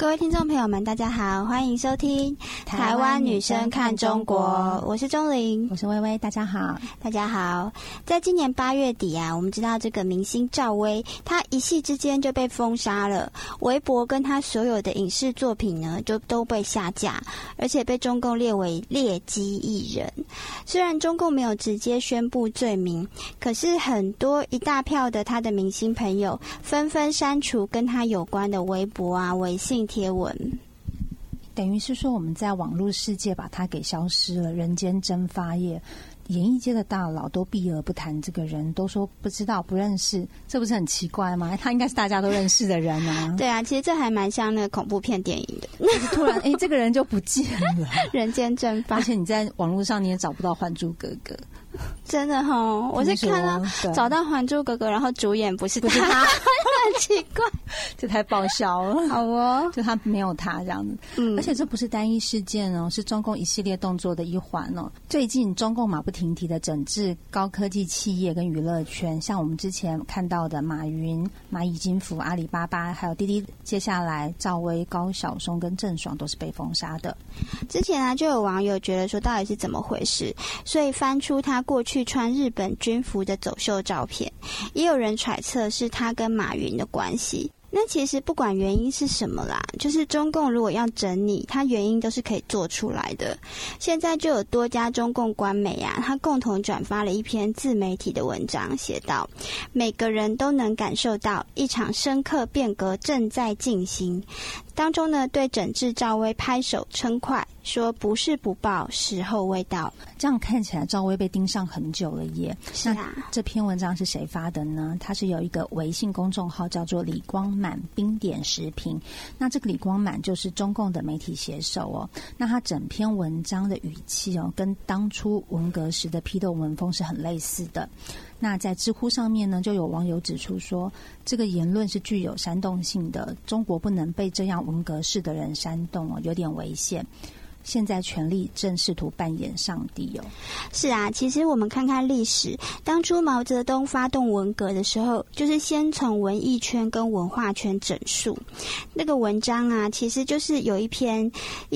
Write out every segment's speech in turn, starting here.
各位听众朋友们大家好，欢迎收听台湾女生看中国，我是钟玲， 我是薇薇，大家好。 大家好。在今年8月底啊，我们知道这个明星赵薇她一夕之间就被封杀了，微博跟她所有的影视作品呢就都被下架，而且被中共列为劣迹艺人。虽然中共没有直接宣布罪名，可是很多一大票的她的明星朋友纷纷删除跟她有关的微博啊、微信贴文， 等于是说我们在网络世界把它给消失了，人间蒸发业。演艺界的大佬都避而不谈这个人，都说不知道不认识，这不是很奇怪吗？他应该是大家都认识的人啊。 对啊，其实这还蛮像那个恐怖片电影的， 就是突然这个人就不见了， 人间蒸发。 而且你在网络上你也找不到《还珠格格》， 真的齁，我是看到找到《还珠格格》，然后主演不是他，很奇怪， 这太爆笑了。 好哦， 就他没有他这样子。而且这不是单一事件哦，是中共一系列动作的一环哦。最近中共马不停蹄的整治高科技企业跟娱乐圈，像我们之前看到的马云、蚂蚁金服、阿里巴巴，还有滴滴，接下来赵薇、高晓松跟郑爽都是被封杀的。 之前啊，就有网友觉得说到底是怎么回事，所以翻出他过去穿日本军服的走秀照片，也有人揣测是他跟马云的关系。那其实不管原因是什么啦，就是中共如果要整你，它原因都是可以做出来的。现在就有多家中共官媒啊，它共同转发了一篇自媒体的文章，写道：每个人都能感受到一场深刻变革正在进行。当中呢，对整治赵薇拍手称快，说不是不报，时候未到。 这样看起来赵薇被盯上很久了耶。 是啊。 那这篇文章是谁发的呢？它是有一个微信公众号叫做李光满冰点时评。那这个李光满就是中共的媒体写手哦。那他整篇文章的语气哦，跟当初文革时的批斗文风是很类似的。那在知乎上面呢，就有网友指出说，这个言论是具有煽动性的，中国不能被这样文革式的人煽动哦，有点危险。现在权力正试图扮演上帝哦。 是啊，其实我们看看历史，当初毛泽东发动文革的时候，就是先从文艺圈跟文化圈整肃。那个文章啊，其实就是有一篇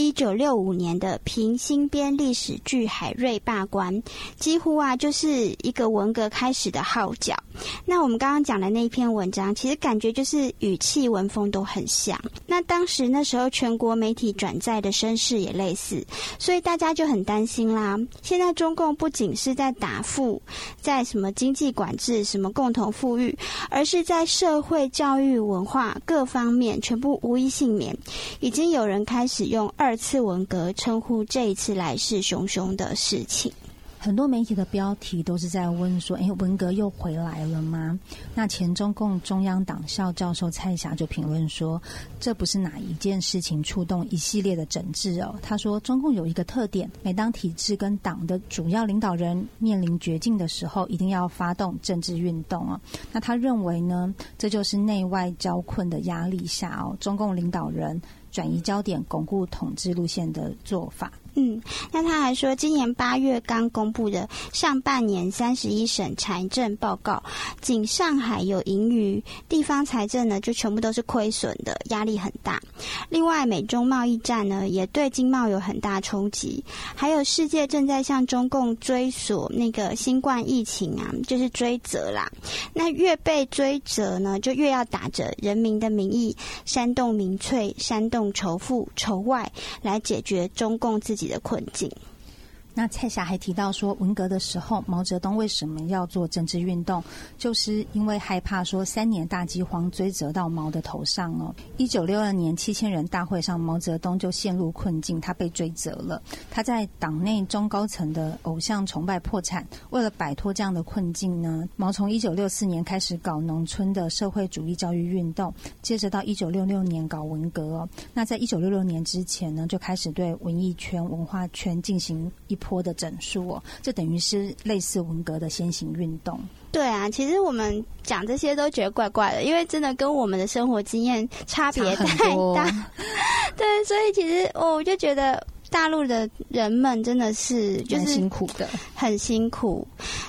1965年的平新编历史剧《海瑞罢官》，几乎啊就是一个文革开始的号角。那我们刚刚讲的那一篇文章，其实感觉就是语气文风都很像。那当时那时候全国媒体转载的声势也类似，所以大家就很担心啦。现在中共不仅是在打富，在什么经济管制、什么共同富裕，而是在社会、教育、文化各方面全部无一幸免。已经有人开始用2次文革称呼这一次来势汹汹的事情。 很多媒体的标题都是在问说，文革又回来了吗？那前中共中央党校教授蔡霞就评论说，这不是哪一件事情触动一系列的整治哦。他说，中共有一个特点，每当体制跟党的主要领导人面临绝境的时候，一定要发动政治运动哦。那他认为呢，这就是内外交困的压力下哦，中共领导人转移焦点、巩固统治路线的做法。 那他还说，今年8月刚公布的上半年31省财政报告，仅上海有盈余，地方财政呢就全部都是亏损的，压力很大。另外，美中贸易战呢也对经贸有很大冲击，还有世界正在向中共追索那个新冠疫情啊，就是追责啦。那越被追责呢，就越要打着人民的名义，煽动民粹、煽动仇富、仇外，来解决中共自己的困境。 那蔡霞还提到说，文革的时候毛泽东为什么要做政治运动，就是因为害怕说3年大饥荒追责到毛的头上哦。1962年7000人大会上，毛泽东就陷入困境，他被追责了。他在党内中高层的偶像崇拜破产，为了摆脱这样的困境呢，毛从1964年开始搞农村的社会主义教育运动，接着到1966年搞文革哦。那在1966年之前呢，就开始对文艺圈、文化圈进行一波的整肃哦，这等于是类似文革的先行运动。 对啊，其实我们讲这些都觉得怪怪的，因为真的跟我们的生活经验差别太大。对，所以其实我就觉得大陆的人们真的是就是很辛苦的， 很辛苦。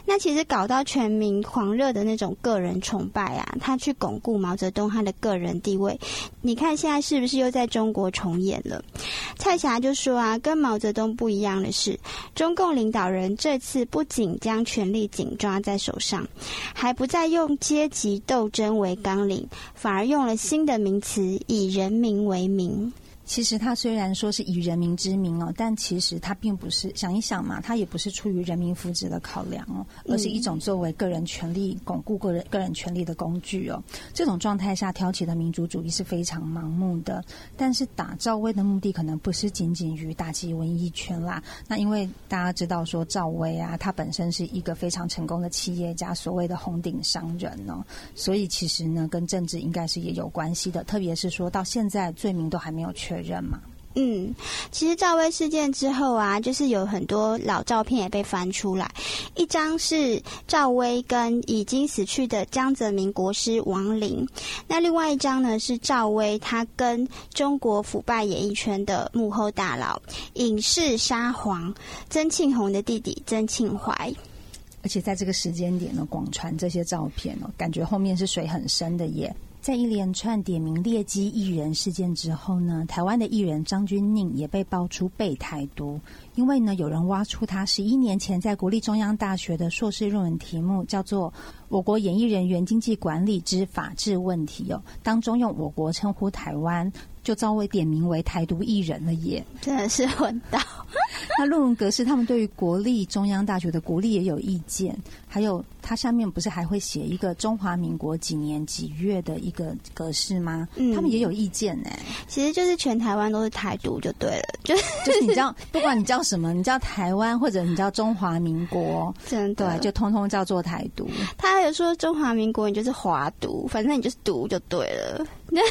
那其实搞到全民狂热的那种个人崇拜啊，他去巩固毛泽东他的个人地位，你看现在是不是又在中国重演了？蔡霞就说啊，跟毛泽东不一样的是，中共领导人这次不仅将权力紧抓在手上，还不再用阶级斗争为纲领，反而用了新的名词，以人民为名。 其实他虽然说是以人民之名哦，但其实他并不是，想一想嘛，他也不是出于人民福祉的考量哦，而是一种作为个人权利巩固个人权利的工具哦。这种状态下挑起的民族主义是非常盲目的，但是打赵薇的目的可能不是仅仅于打击文艺圈啦。那因为大家知道说赵薇啊，他本身是一个非常成功的企业家，所谓的红顶商人哦，所以其实呢跟政治应该是也有关系的，特别是说到现在罪名都还没有确认嘛。 其实赵薇事件之后啊，就是有很多老照片也被翻出来，一张是赵薇跟已经死去的江泽民国师王林，那另外一张呢是赵薇她跟中国腐败演艺圈的幕后大佬影视沙皇曾庆红的弟弟曾庆怀。 而且在这个时间点呢，广传这些照片哦，感觉后面是水很深的耶。在一连串点名劣迹艺人事件之后呢，台湾的艺人张钧甯也被爆出被台独，因为呢有人挖出他11年前在国立中央大学的硕士论文题目叫做《我国演艺人员经济管理之法治问题》哦，当中用我国称呼台湾，就遭为点名为台独艺人了耶， 真的是混到。 那论文格式他们对于国立中央大学的国立也有意见，还有它下面不是还会写一个中华民国几年几月的一个格式吗？他们也有意见呢。 其实就是全台湾都是台独就对了， 就是你叫不管你叫什么，你叫台湾或者你叫中华民国， 真的对，就通通叫做台独。 他还有说中华民国你就是华独，反正你就是独就对了。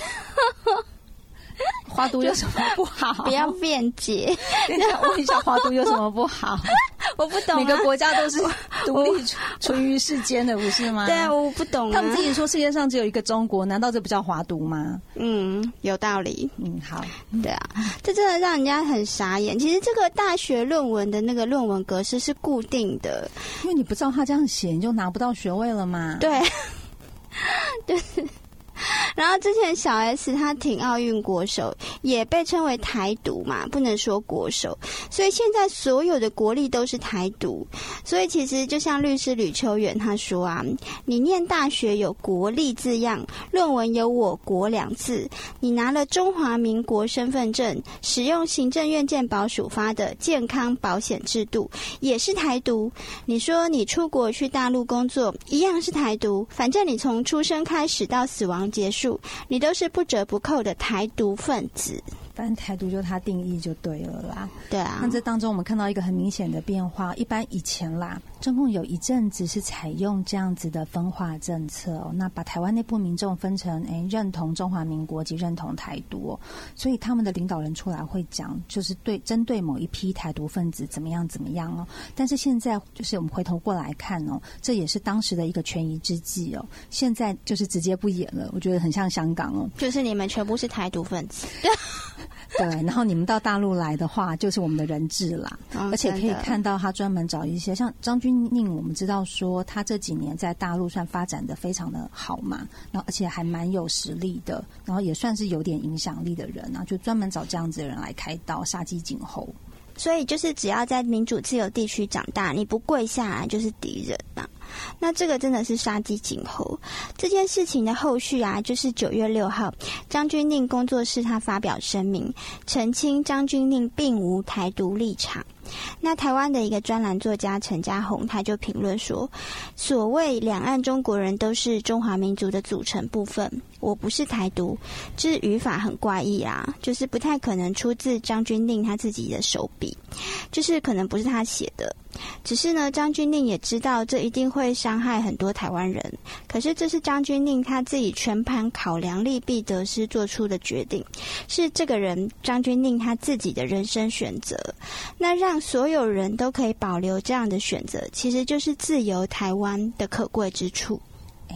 华独有什么不好？ 不要辩解。 问一下，华独有什么不好？ 我不懂、啊。 每个国家都是独立存于世间的，不是吗？ 对啊，我不懂、啊。 他们自己说世界上只有一个中国，难道这不叫华独吗？ 有道理。 好。 对啊，这真的让人家很傻眼。其实这个大学论文的那个论文格式是固定的， 因为你不照他这样写，你就拿不到学位了嘛。 对。对。然后之前小 S 她挺奥运国手，也被称为台独嘛，不能说国手，所以现在所有的国力都是台独。所以其实就像律师吕秋远他说啊，你念大学有国力字样，论文有我国2字，你拿了中华民国身份证，使用行政院健保署发的健康保险制度，也是台独。你说你出国去大陆工作，一样是台独，反正你从出生开始到死亡结束，你都是不折不扣的台独分子。 反正台独就它定义就对了啦。 对啊， 那这当中我们看到一个很明显的变化，一般以前啦，中共有一阵子是采用这样子的分化政策哦，那把台湾内部民众分成认同中华民国及认同台独哦，所以他们的领导人出来会讲，就是针对某一批台独分子怎么样怎么样哦。但是现在就是我们回头过来看哦，这也是当时的一个权宜之计哦，现在就是直接不演了，我觉得很像香港哦， 就是你们全部是台独分子。 对，然后你们到大陆来的话，就是我们的人质啦。而且可以看到他专门找一些像张钧甯，我们知道说他这几年在大陆算发展的非常的好嘛，然后而且还蛮有实力的，然后也算是有点影响力的人啊，就专门找这样子的人来开刀，杀鸡儆猴。 所以就是只要在民主自由地区长大，你不跪下来就是敌人啊。那这个真的是杀鸡儆猴。这件事情的后续啊，就是9月6号，张钧甯工作室他发表声明，澄清张钧甯并无台独立场。那台湾的一个专栏作家陈嘉宏他就评论说，所谓两岸中国人都是中华民族的组成部分，我不是台独，这语法很怪异啊，就是不太可能出自张钧甯他自己的手笔，就是可能不是他写的。只是呢，张钧甯也知道这一定会伤害很多台湾人，可是这是张钧甯他自己全盘考量利弊得失做出的决定，是这个人张钧甯他自己的人生选择。那让所有人都可以保留这样的选择，其实就是自由台湾的可贵之处。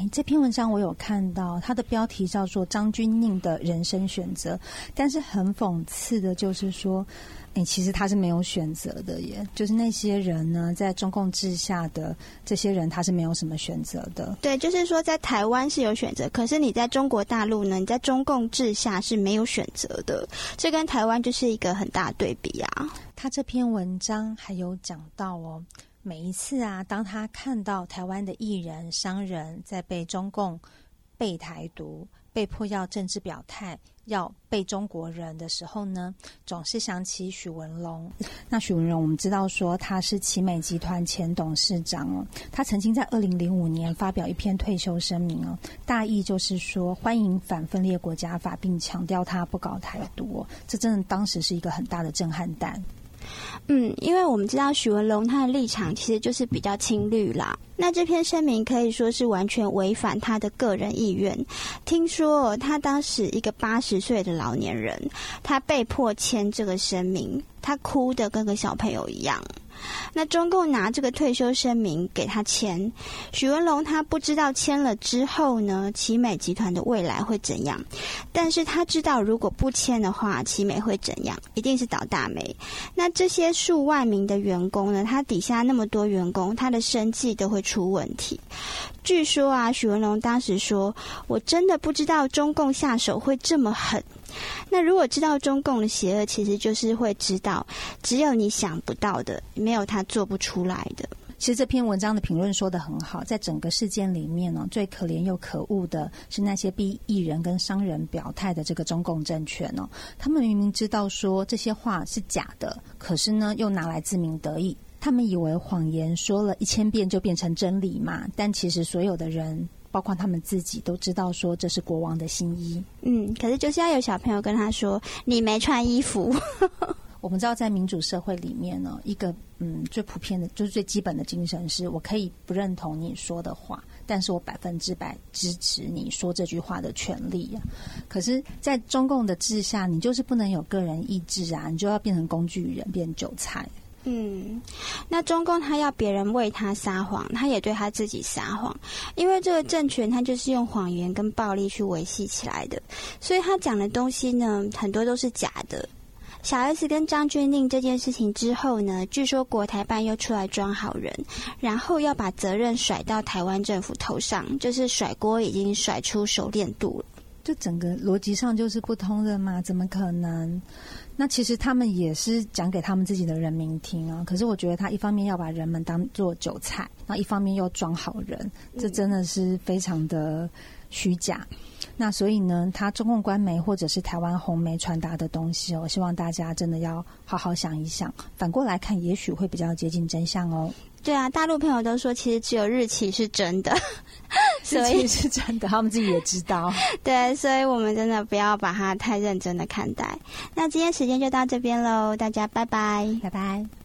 这篇文章我有看到，它的标题叫做张钧甯的人生选择，但是很讽刺的就是说其实他是没有选择的耶，就是那些人呢，在中共治下的这些人，他是没有什么选择的。 对，就是说在台湾是有选择，可是你在中国大陆呢，你在中共治下是没有选择的，这跟台湾就是一个很大的对比啊。 他这篇文章还有讲到每一次啊，当他看到台湾的艺人、商人在被中共背台独、被迫要政治表态、要背中国人的时候呢，总是想起许文龙。那许文龙我们知道说他是奇美集团前董事长他曾经在2005年发表一篇退休声明大意就是说欢迎反分裂国家法，并强调他不搞台独这真的当时是一个很大的震撼弹。 因为我们知道许文龙他的立场其实就是比较亲绿啦，那这篇声明可以说是完全违反他的个人意愿。听说他当时一个80岁的老年人，他被迫签这个声明，他哭得跟个小朋友一样。那中共拿这个退休声明给他签，许文龙他不知道签了之后呢，奇美集团的未来会怎样，但是他知道如果不签的话，奇美会怎样，一定是倒大霉。那这些数万名的员工呢，他底下那么多员工，他的生计都会出问题。据说啊，许文龙当时说，我真的不知道中共下手会这么狠。那如果知道中共的邪恶，其实就是会知道只有你想不到的，没有他做不出来的。 其实这篇文章的评论说得很好，在整个事件里面最可怜又可恶的是那些逼艺人跟商人表态的这个中共政权他们明明知道说这些话是假的，可是呢又拿来自鸣得意。他们以为谎言说了1000遍就变成真理嘛，但其实所有的人包括他们自己都知道说这是国王的新衣。 可是就是要有小朋友跟他说你没穿衣服。 我们知道在民主社会里面一个最普遍的就是最基本的精神是我可以不认同你说的话，但是我100%支持你说这句话的权利可是在中共的治下，你就是不能有个人意志你就要变成工具人，变韭菜。 那中共他要别人为他撒谎，他也对他自己撒谎，因为这个政权他就是用谎言跟暴力去维系起来的，所以他讲的东西呢，很多都是假的。小 S 跟张钧甯这件事情之后呢，据说国台办又出来装好人，然后要把责任甩到台湾政府头上，就是甩锅已经甩出熟练度了。 就整个逻辑上就是不通的嘛，怎么可能？那其实他们也是讲给他们自己的人民听可是我觉得他一方面要把人们当作韭菜，然后一方面又装好人，这真的是非常的虚假。那所以呢，他中共官媒或者是台湾红媒传达的东西我希望大家真的要好好想一想，反过来看也许会比较接近真相对啊，大陆朋友都说其实只有日期是真的。 日期是真的，他们自己也知道。 对，所以我们真的不要把它太认真的看待。那今天时间就到这边咯，大家拜拜。 拜拜。